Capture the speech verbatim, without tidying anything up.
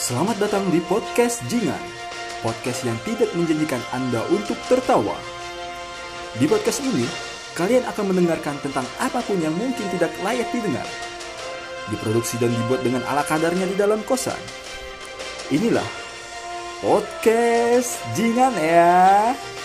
Selamat datang di Podcast Jingan, podcast yang tidak menjanjikan Anda untuk tertawa. Di podcast ini, kalian akan mendengarkan tentang apapun yang mungkin tidak layak didengar. Diproduksi dan dibuat dengan ala kadarnya di dalam kosan. Inilah Podcast Jingan ya.